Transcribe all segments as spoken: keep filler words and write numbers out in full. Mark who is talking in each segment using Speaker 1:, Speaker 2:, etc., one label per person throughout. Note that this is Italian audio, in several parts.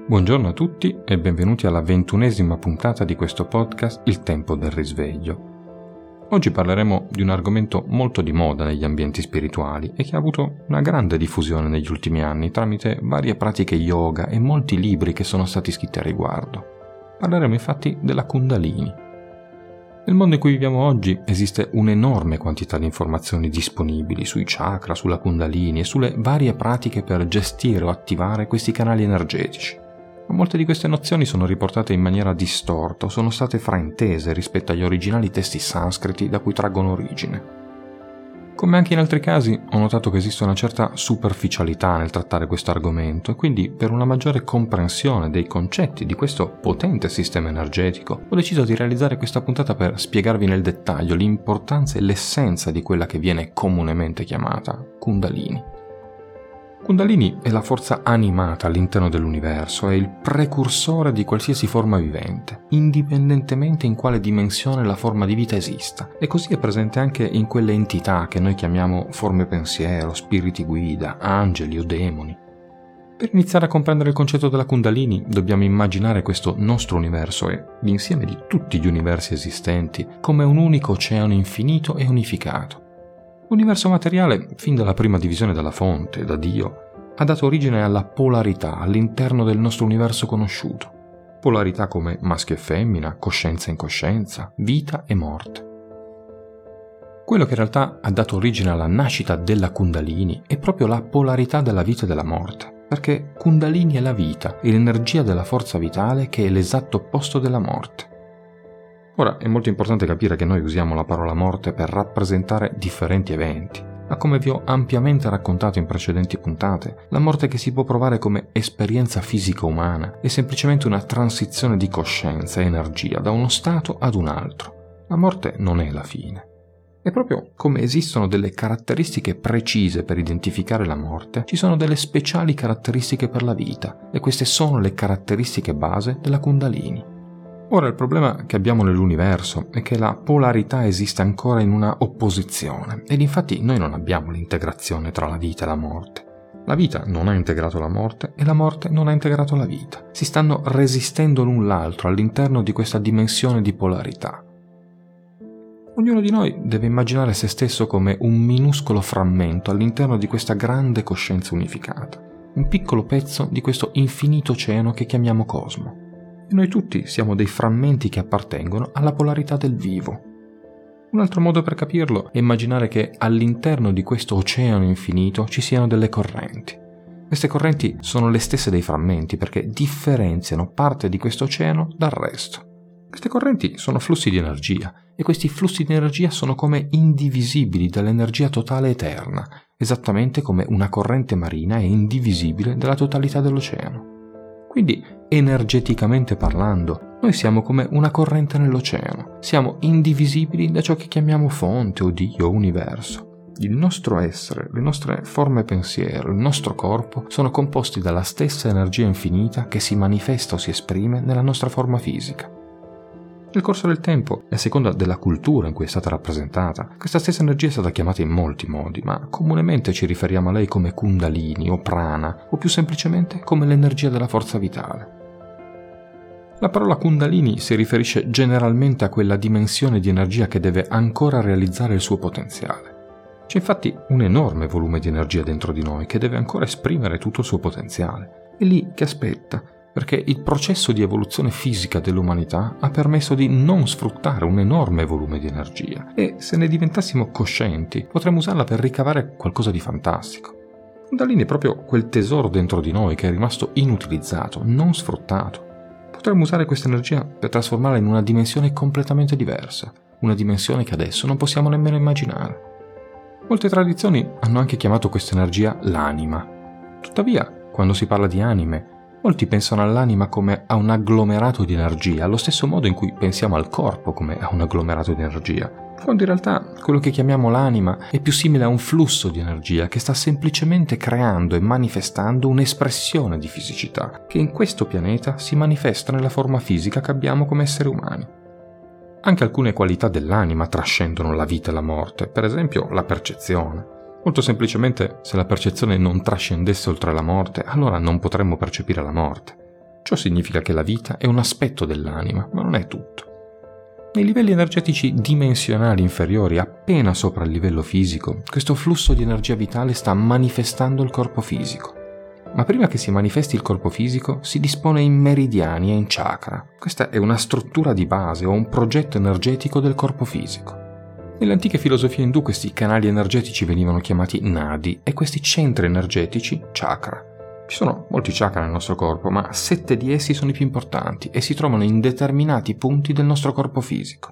Speaker 1: Buongiorno a tutti e benvenuti alla ventunesima puntata di questo podcast Il tempo del risveglio. Oggi parleremo di un argomento molto di moda negli ambienti spirituali e che ha avuto una grande diffusione negli ultimi anni tramite varie pratiche yoga e molti libri che sono stati scritti a riguardo. Parleremo infatti della Kundalini. Nel mondo in cui viviamo oggi esiste un'enorme quantità di informazioni disponibili sui chakra, sulla Kundalini e sulle varie pratiche per gestire o attivare questi canali energetici. Ma molte di queste nozioni sono riportate in maniera distorta o sono state fraintese rispetto agli originali testi sanscriti da cui traggono origine. Come anche in altri casi, ho notato che esiste una certa superficialità nel trattare questo argomento e quindi, per una maggiore comprensione dei concetti di questo potente sistema energetico, ho deciso di realizzare questa puntata per spiegarvi nel dettaglio l'importanza e l'essenza di quella che viene comunemente chiamata Kundalini. Kundalini è la forza animata all'interno dell'universo, è il precursore di qualsiasi forma vivente, indipendentemente in quale dimensione la forma di vita esista, e così è presente anche in quelle entità che noi chiamiamo forme pensiero, spiriti guida, angeli o demoni. Per iniziare a comprendere il concetto della Kundalini dobbiamo immaginare questo nostro universo e l'insieme di tutti gli universi esistenti come un unico oceano infinito e unificato. L'universo materiale, fin dalla prima divisione dalla fonte, da Dio, ha dato origine alla polarità all'interno del nostro universo conosciuto. Polarità come maschio e femmina, coscienza e incoscienza, vita e morte. Quello che in realtà ha dato origine alla nascita della Kundalini è proprio la polarità della vita e della morte, perché Kundalini è la vita e l'energia della forza vitale che è l'esatto opposto della morte. Ora, è molto importante capire che noi usiamo la parola morte per rappresentare differenti eventi, ma come vi ho ampiamente raccontato in precedenti puntate, la morte che si può provare come esperienza fisica umana è semplicemente una transizione di coscienza e energia da uno stato ad un altro. La morte non è la fine. E proprio come esistono delle caratteristiche precise per identificare la morte, ci sono delle speciali caratteristiche per la vita, e queste sono le caratteristiche base della Kundalini. Ora, il problema che abbiamo nell'universo è che la polarità esiste ancora in una opposizione, ed infatti noi non abbiamo l'integrazione tra la vita e la morte. La vita non ha integrato la morte e la morte non ha integrato la vita. Si stanno resistendo l'un l'altro all'interno di questa dimensione di polarità. Ognuno di noi deve immaginare se stesso come un minuscolo frammento all'interno di questa grande coscienza unificata, un piccolo pezzo di questo infinito oceano che chiamiamo cosmo. E noi tutti siamo dei frammenti che appartengono alla polarità del vivo. Un altro modo per capirlo è immaginare che all'interno di questo oceano infinito ci siano delle correnti. Queste correnti sono le stesse dei frammenti perché differenziano parte di questo oceano dal resto. Queste correnti sono flussi di energia e questi flussi di energia sono come indivisibili dall'energia totale eterna, esattamente come una corrente marina è indivisibile dalla totalità dell'oceano. Quindi, energeticamente parlando, noi siamo come una corrente nell'oceano, siamo indivisibili da ciò che chiamiamo fonte o Dio o universo. Il nostro essere, le nostre forme pensiero, il nostro corpo sono composti dalla stessa energia infinita che si manifesta o si esprime nella nostra forma fisica. Nel corso del tempo, e a seconda della cultura in cui è stata rappresentata, questa stessa energia è stata chiamata in molti modi, ma comunemente ci riferiamo a lei come Kundalini o Prana, o più semplicemente come l'energia della forza vitale. La parola Kundalini si riferisce generalmente a quella dimensione di energia che deve ancora realizzare il suo potenziale. C'è infatti un enorme volume di energia dentro di noi che deve ancora esprimere tutto il suo potenziale. È lì che aspetta, perché il processo di evoluzione fisica dell'umanità ha permesso di non sfruttare un enorme volume di energia e se ne diventassimo coscienti potremmo usarla per ricavare qualcosa di fantastico. Kundalini è proprio quel tesoro dentro di noi che è rimasto inutilizzato, non sfruttato. Potremmo usare questa energia per trasformarla in una dimensione completamente diversa, una dimensione che adesso non possiamo nemmeno immaginare. Molte tradizioni hanno anche chiamato questa energia l'anima. Tuttavia, quando si parla di anime, molti pensano all'anima come a un agglomerato di energia, allo stesso modo in cui pensiamo al corpo come a un agglomerato di energia, quando in realtà quello che chiamiamo l'anima è più simile a un flusso di energia che sta semplicemente creando e manifestando un'espressione di fisicità, che in questo pianeta si manifesta nella forma fisica che abbiamo come esseri umani. Anche alcune qualità dell'anima trascendono la vita e la morte, per esempio la percezione. Molto semplicemente, se la percezione non trascendesse oltre la morte, allora non potremmo percepire la morte. Ciò significa che la vita è un aspetto dell'anima, ma non è tutto. Nei livelli energetici dimensionali inferiori, appena sopra il livello fisico, questo flusso di energia vitale sta manifestando il corpo fisico. Ma prima che si manifesti il corpo fisico, si dispone in meridiani e in chakra. Questa è una struttura di base o un progetto energetico del corpo fisico. Nelle antiche filosofie indù questi canali energetici venivano chiamati nadi e questi centri energetici chakra. Ci sono molti chakra nel nostro corpo, ma sette di essi sono i più importanti e si trovano in determinati punti del nostro corpo fisico.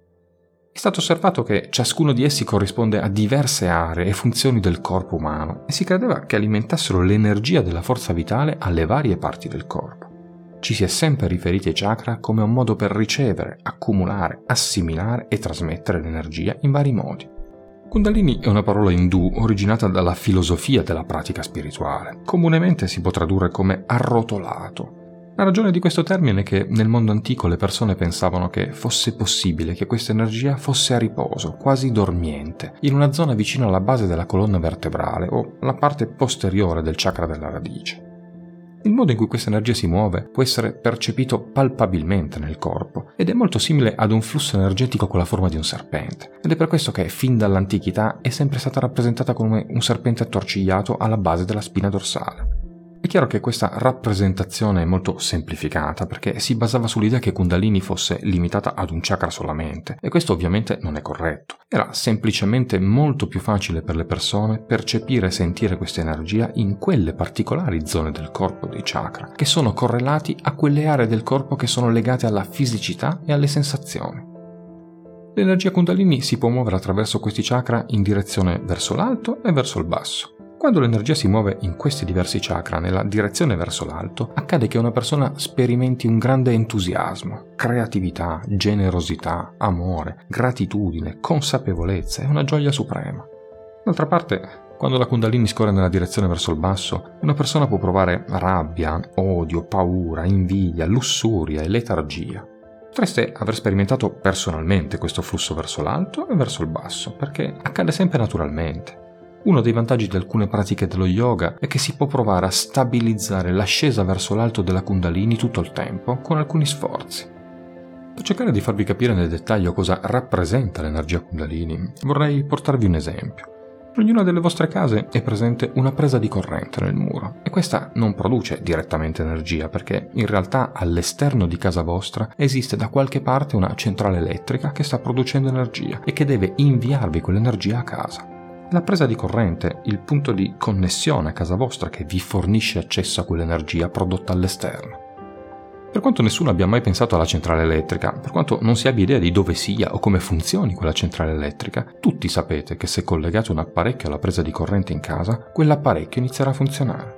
Speaker 1: È stato osservato che ciascuno di essi corrisponde a diverse aree e funzioni del corpo umano e si credeva che alimentassero l'energia della forza vitale alle varie parti del corpo. Ci si è sempre riferiti ai chakra come un modo per ricevere, accumulare, assimilare e trasmettere l'energia in vari modi. Kundalini è una parola indù originata dalla filosofia della pratica spirituale. Comunemente si può tradurre come arrotolato. La ragione di questo termine è che nel mondo antico le persone pensavano che fosse possibile che questa energia fosse a riposo, quasi dormiente, in una zona vicino alla base della colonna vertebrale o la parte posteriore del chakra della radice. Il modo in cui questa energia si muove può essere percepito palpabilmente nel corpo ed è molto simile ad un flusso energetico con la forma di un serpente, ed è per questo che fin dall'antichità è sempre stata rappresentata come un serpente attorcigliato alla base della spina dorsale. È chiaro che questa rappresentazione è molto semplificata perché si basava sull'idea che Kundalini fosse limitata ad un chakra solamente, e questo ovviamente non è corretto. Era semplicemente molto più facile per le persone percepire e sentire questa energia in quelle particolari zone del corpo dei chakra, che sono correlati a quelle aree del corpo che sono legate alla fisicità e alle sensazioni. L'energia Kundalini si può muovere attraverso questi chakra in direzione verso l'alto e verso il basso. Quando l'energia si muove in questi diversi chakra nella direzione verso l'alto, accade che una persona sperimenti un grande entusiasmo, creatività, generosità, amore, gratitudine, consapevolezza e una gioia suprema. D'altra parte, quando la Kundalini scorre nella direzione verso il basso, una persona può provare rabbia, odio, paura, invidia, lussuria e letargia. Potreste aver sperimentato personalmente questo flusso verso l'alto e verso il basso, perché accade sempre naturalmente. Uno dei vantaggi di alcune pratiche dello yoga è che si può provare a stabilizzare l'ascesa verso l'alto della Kundalini tutto il tempo con alcuni sforzi. Per cercare di farvi capire nel dettaglio cosa rappresenta l'energia Kundalini, vorrei portarvi un esempio. In ognuna delle vostre case è presente una presa di corrente nel muro e questa non produce direttamente energia perché in realtà all'esterno di casa vostra esiste da qualche parte una centrale elettrica che sta producendo energia e che deve inviarvi quell'energia a casa. La presa di corrente, il punto di connessione a casa vostra che vi fornisce accesso a quell'energia prodotta all'esterno. Per quanto nessuno abbia mai pensato alla centrale elettrica, per quanto non si abbia idea di dove sia o come funzioni quella centrale elettrica, tutti sapete che se collegate un apparecchio alla presa di corrente in casa, quell'apparecchio inizierà a funzionare.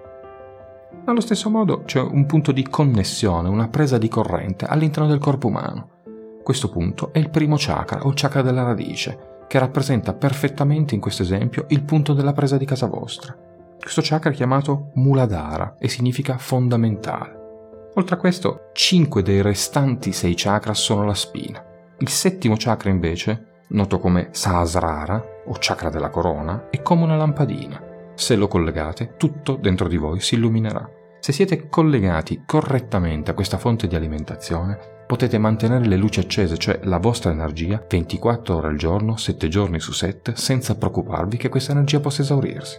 Speaker 1: Allo stesso modo c'è un punto di connessione, una presa di corrente all'interno del corpo umano. Questo punto è il primo chakra o il chakra della radice, che rappresenta perfettamente in questo esempio il punto della presa di casa vostra. Questo chakra è chiamato Muladhara e significa fondamentale. Oltre a questo, cinque dei restanti sei chakra sono la spina. Il settimo chakra invece, noto come Sahasrara o chakra della corona, è come una lampadina. Se lo collegate, tutto dentro di voi si illuminerà. Se siete collegati correttamente a questa fonte di alimentazione, potete mantenere le luci accese, cioè la vostra energia, ventiquattro ore al giorno, sette giorni su sette, senza preoccuparvi che questa energia possa esaurirsi.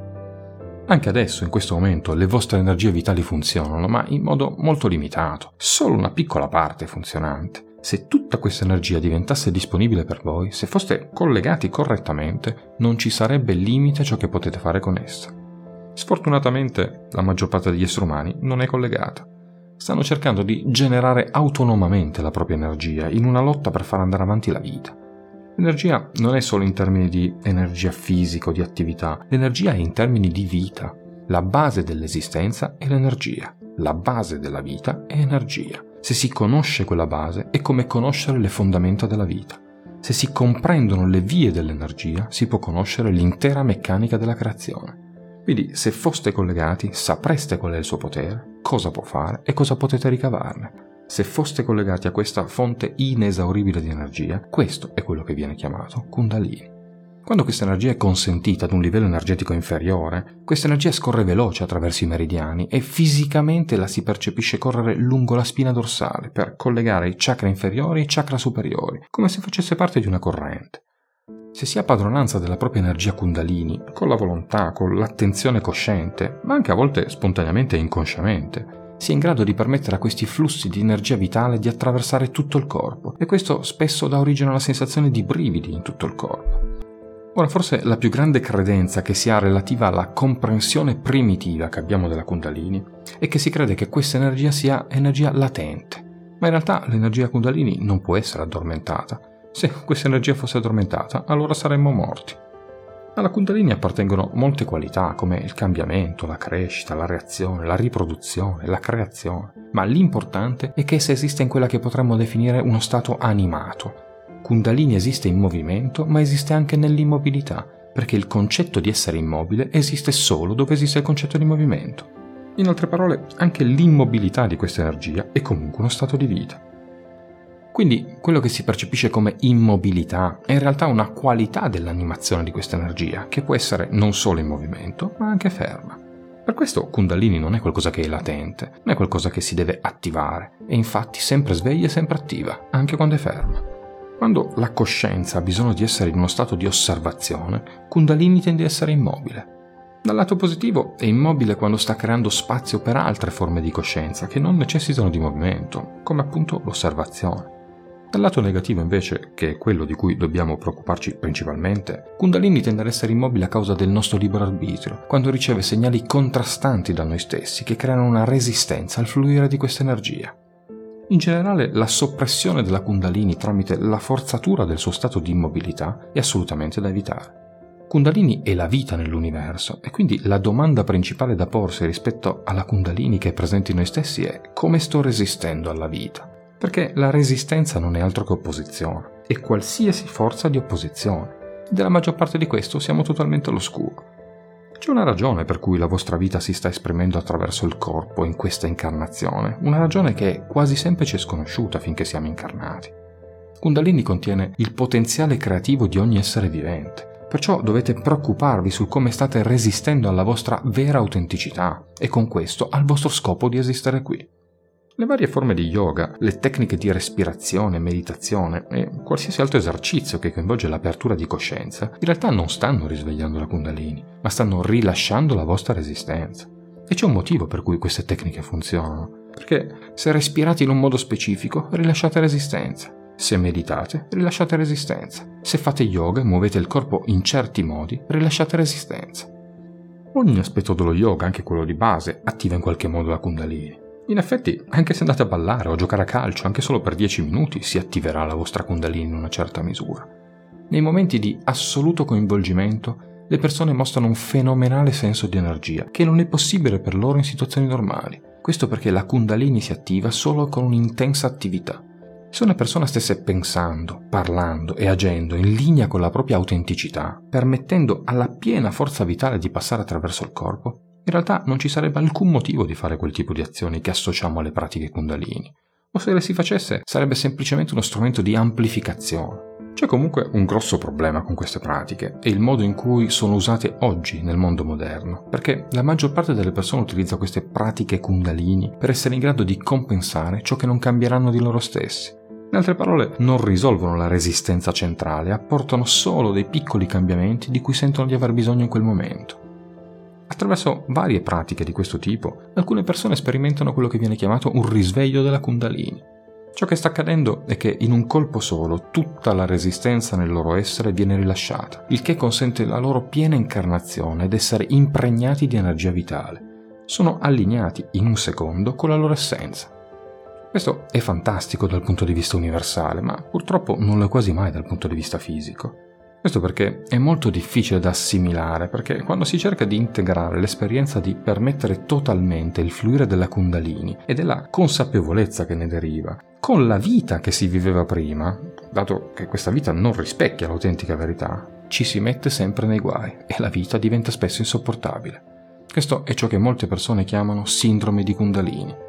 Speaker 1: Anche adesso, in questo momento, le vostre energie vitali funzionano, ma in modo molto limitato. Solo una piccola parte è funzionante. Se tutta questa energia diventasse disponibile per voi, se foste collegati correttamente, non ci sarebbe limite a ciò che potete fare con essa. Sfortunatamente, la maggior parte degli esseri umani non è collegata. Stanno cercando di generare autonomamente la propria energia in una lotta per far andare avanti la vita. L'energia non è solo in termini di energia fisica o di attività, l'energia è in termini di vita. La base dell'esistenza è l'energia, la base della vita è energia. Se si conosce quella base è come conoscere le fondamenta della vita. Se si comprendono le vie dell'energia si può conoscere l'intera meccanica della creazione. Quindi se foste collegati sapreste qual è il suo potere, cosa può fare e cosa potete ricavarne. Se foste collegati a questa fonte inesauribile di energia, questo è quello che viene chiamato Kundalini. Quando questa energia è consentita ad un livello energetico inferiore, questa energia scorre veloce attraverso i meridiani e fisicamente la si percepisce correre lungo la spina dorsale per collegare i chakra inferiori ai chakra superiori, come se facesse parte di una corrente. Se si ha padronanza della propria energia Kundalini, con la volontà, con l'attenzione cosciente, ma anche a volte spontaneamente e inconsciamente, si è in grado di permettere a questi flussi di energia vitale di attraversare tutto il corpo, e questo spesso dà origine alla sensazione di brividi in tutto il corpo. Ora, forse la più grande credenza che si ha relativa alla comprensione primitiva che abbiamo della Kundalini è che si crede che questa energia sia energia latente, ma in realtà l'energia Kundalini non può essere addormentata. Se questa energia fosse addormentata, allora saremmo morti. Alla Kundalini appartengono molte qualità come il cambiamento, la crescita, la reazione, la riproduzione, la creazione, ma l'importante è che essa esiste in quella che potremmo definire uno stato animato. Kundalini esiste in movimento, ma esiste anche nell'immobilità, perché il concetto di essere immobile esiste solo dove esiste il concetto di movimento. In altre parole, anche l'immobilità di questa energia è comunque uno stato di vita. Quindi quello che si percepisce come immobilità è in realtà una qualità dell'animazione di questa energia, che può essere non solo in movimento, ma anche ferma. Per questo Kundalini non è qualcosa che è latente, non è qualcosa che si deve attivare, è infatti sempre sveglia e sempre attiva, anche quando è ferma. Quando la coscienza ha bisogno di essere in uno stato di osservazione, Kundalini tende a essere immobile. Dal lato positivo è immobile quando sta creando spazio per altre forme di coscienza che non necessitano di movimento, come appunto l'osservazione. Dal lato negativo invece, che è quello di cui dobbiamo preoccuparci principalmente, Kundalini tende ad essere immobile a causa del nostro libero arbitrio, quando riceve segnali contrastanti da noi stessi che creano una resistenza al fluire di questa energia. In generale, la soppressione della Kundalini tramite la forzatura del suo stato di immobilità è assolutamente da evitare. Kundalini è la vita nell'universo e quindi la domanda principale da porsi rispetto alla Kundalini che è presente in noi stessi è: come sto resistendo alla vita? Perché la resistenza non è altro che opposizione, è qualsiasi forza di opposizione. E della maggior parte di questo siamo totalmente all'oscuro. C'è una ragione per cui la vostra vita si sta esprimendo attraverso il corpo in questa incarnazione, una ragione che quasi sempre ci è sconosciuta finché siamo incarnati. Kundalini contiene il potenziale creativo di ogni essere vivente, perciò dovete preoccuparvi su come state resistendo alla vostra vera autenticità e con questo al vostro scopo di esistere qui. Le varie forme di yoga, le tecniche di respirazione, meditazione e qualsiasi altro esercizio che coinvolge l'apertura di coscienza in realtà non stanno risvegliando la Kundalini, ma stanno rilasciando la vostra resistenza. E c'è un motivo per cui queste tecniche funzionano, perché se respirate in un modo specifico rilasciate resistenza, se meditate rilasciate resistenza, se fate yoga e muovete il corpo in certi modi rilasciate resistenza. Ogni aspetto dello yoga, anche quello di base, attiva in qualche modo la Kundalini. In effetti, anche se andate a ballare o a giocare a calcio, anche solo per dieci minuti, si attiverà la vostra Kundalini in una certa misura. Nei momenti di assoluto coinvolgimento, le persone mostrano un fenomenale senso di energia, che non è possibile per loro in situazioni normali. Questo perché la Kundalini si attiva solo con un'intensa attività. Se una persona stesse pensando, parlando e agendo in linea con la propria autenticità, permettendo alla piena forza vitale di passare attraverso il corpo, in realtà non ci sarebbe alcun motivo di fare quel tipo di azioni che associamo alle pratiche Kundalini, o se le si facesse sarebbe semplicemente uno strumento di amplificazione. C'è comunque un grosso problema con queste pratiche e il modo in cui sono usate oggi nel mondo moderno, perché la maggior parte delle persone utilizza queste pratiche Kundalini per essere in grado di compensare ciò che non cambieranno di loro stessi. In altre parole, non risolvono la resistenza centrale, apportano solo dei piccoli cambiamenti di cui sentono di aver bisogno in quel momento. Attraverso varie pratiche di questo tipo, alcune persone sperimentano quello che viene chiamato un risveglio della Kundalini. Ciò che sta accadendo è che in un colpo solo tutta la resistenza nel loro essere viene rilasciata, il che consente la loro piena incarnazione ed essere impregnati di energia vitale. Sono allineati in un secondo con la loro essenza. Questo è fantastico dal punto di vista universale, ma purtroppo non lo è quasi mai dal punto di vista fisico. Questo perché è molto difficile da assimilare, perché quando si cerca di integrare l'esperienza di permettere totalmente il fluire della Kundalini e della consapevolezza che ne deriva con la vita che si viveva prima, dato che questa vita non rispecchia l'autentica verità, ci si mette sempre nei guai e la vita diventa spesso insopportabile. Questo è ciò che molte persone chiamano sindrome di Kundalini.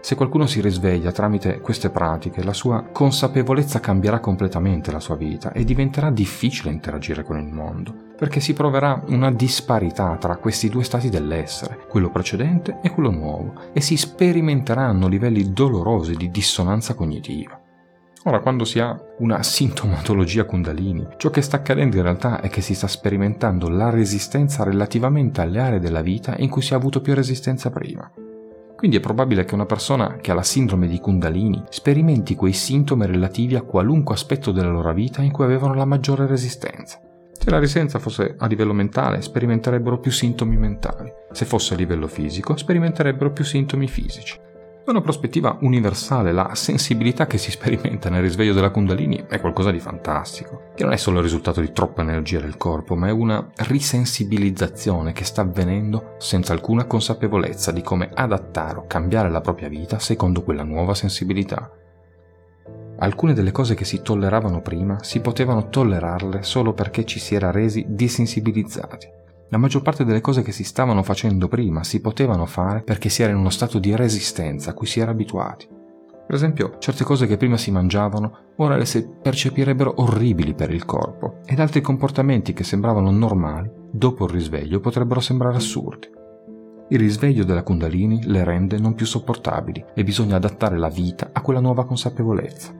Speaker 1: Se qualcuno si risveglia tramite queste pratiche, la sua consapevolezza cambierà completamente la sua vita e diventerà difficile interagire con il mondo, perché si proverà una disparità tra questi due stati dell'essere, quello precedente e quello nuovo, e si sperimenteranno livelli dolorosi di dissonanza cognitiva. Ora, quando si ha una sintomatologia Kundalini, ciò che sta accadendo in realtà è che si sta sperimentando la resistenza relativamente alle aree della vita in cui si è avuto più resistenza prima. Quindi è probabile che una persona che ha la sindrome di Kundalini sperimenti quei sintomi relativi a qualunque aspetto della loro vita in cui avevano la maggiore resistenza. Se la resistenza fosse a livello mentale, sperimenterebbero più sintomi mentali. Se fosse a livello fisico, sperimenterebbero più sintomi fisici. Da una prospettiva universale, la sensibilità che si sperimenta nel risveglio della Kundalini è qualcosa di fantastico, che non è solo il risultato di troppa energia del corpo, ma è una risensibilizzazione che sta avvenendo senza alcuna consapevolezza di come adattare o cambiare la propria vita secondo quella nuova sensibilità. Alcune delle cose che si tolleravano prima si potevano tollerarle solo perché ci si era resi disensibilizzati. La maggior parte delle cose che si stavano facendo prima si potevano fare perché si era in uno stato di resistenza a cui si era abituati. Per esempio, certe cose che prima si mangiavano, ora le si percepirebbero orribili per il corpo, ed altri comportamenti che sembravano normali, dopo il risveglio potrebbero sembrare assurdi. Il risveglio della Kundalini le rende non più sopportabili e bisogna adattare la vita a quella nuova consapevolezza.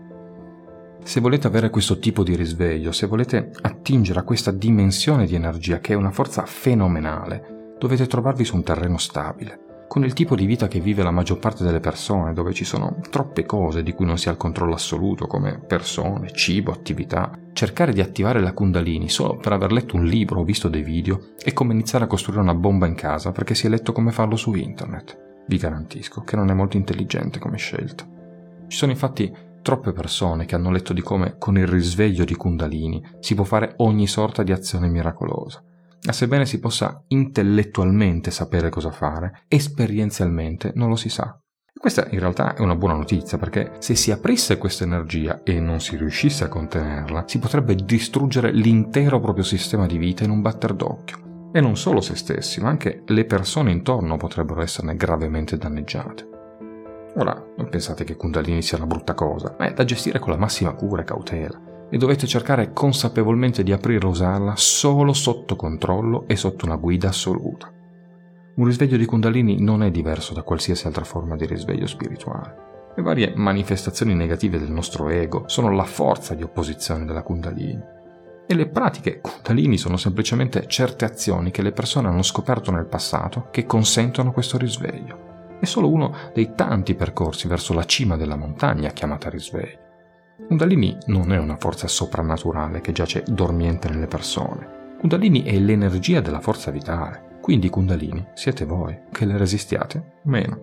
Speaker 1: Se volete avere questo tipo di risveglio, se volete attingere a questa dimensione di energia che è una forza fenomenale, dovete trovarvi su un terreno stabile, con il tipo di vita che vive la maggior parte delle persone, dove ci sono troppe cose di cui non si ha il controllo assoluto, come persone, cibo, attività. Cercare di attivare la Kundalini solo per aver letto un libro o visto dei video è come iniziare a costruire una bomba in casa perché si è letto come farlo su internet. Vi garantisco che non è molto intelligente come scelta. Ci sono infatti troppe persone che hanno letto di come con il risveglio di Kundalini si può fare ogni sorta di azione miracolosa. Ma sebbene si possa intellettualmente sapere cosa fare, esperienzialmente non lo si sa. Questa in realtà è una buona notizia, perché se si aprisse questa energia e non si riuscisse a contenerla, si potrebbe distruggere l'intero proprio sistema di vita in un batter d'occhio. E non solo se stessi, ma anche le persone intorno potrebbero esserne gravemente danneggiate. Ora, non pensate che Kundalini sia una brutta cosa, ma è da gestire con la massima cura e cautela, e dovete cercare consapevolmente di aprirla e usarla solo sotto controllo e sotto una guida assoluta. Un risveglio di Kundalini non è diverso da qualsiasi altra forma di risveglio spirituale. Le varie manifestazioni negative del nostro ego sono la forza di opposizione della Kundalini. E le pratiche Kundalini sono semplicemente certe azioni che le persone hanno scoperto nel passato che consentono questo risveglio. È solo uno dei tanti percorsi verso la cima della montagna chiamata risveglio. Kundalini non è una forza soprannaturale che giace dormiente nelle persone. Kundalini è l'energia della forza vitale. Quindi Kundalini siete voi, che le resistiate meno.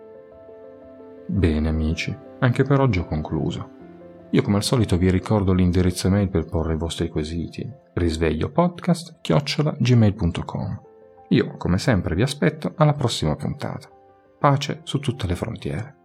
Speaker 1: Bene amici, anche per oggi ho concluso. Io come al solito vi ricordo l'indirizzo email per porre i vostri quesiti: risvegliopodcast chiocciola gmail punto com. Io come sempre vi aspetto alla prossima puntata. Pace su tutte le frontiere.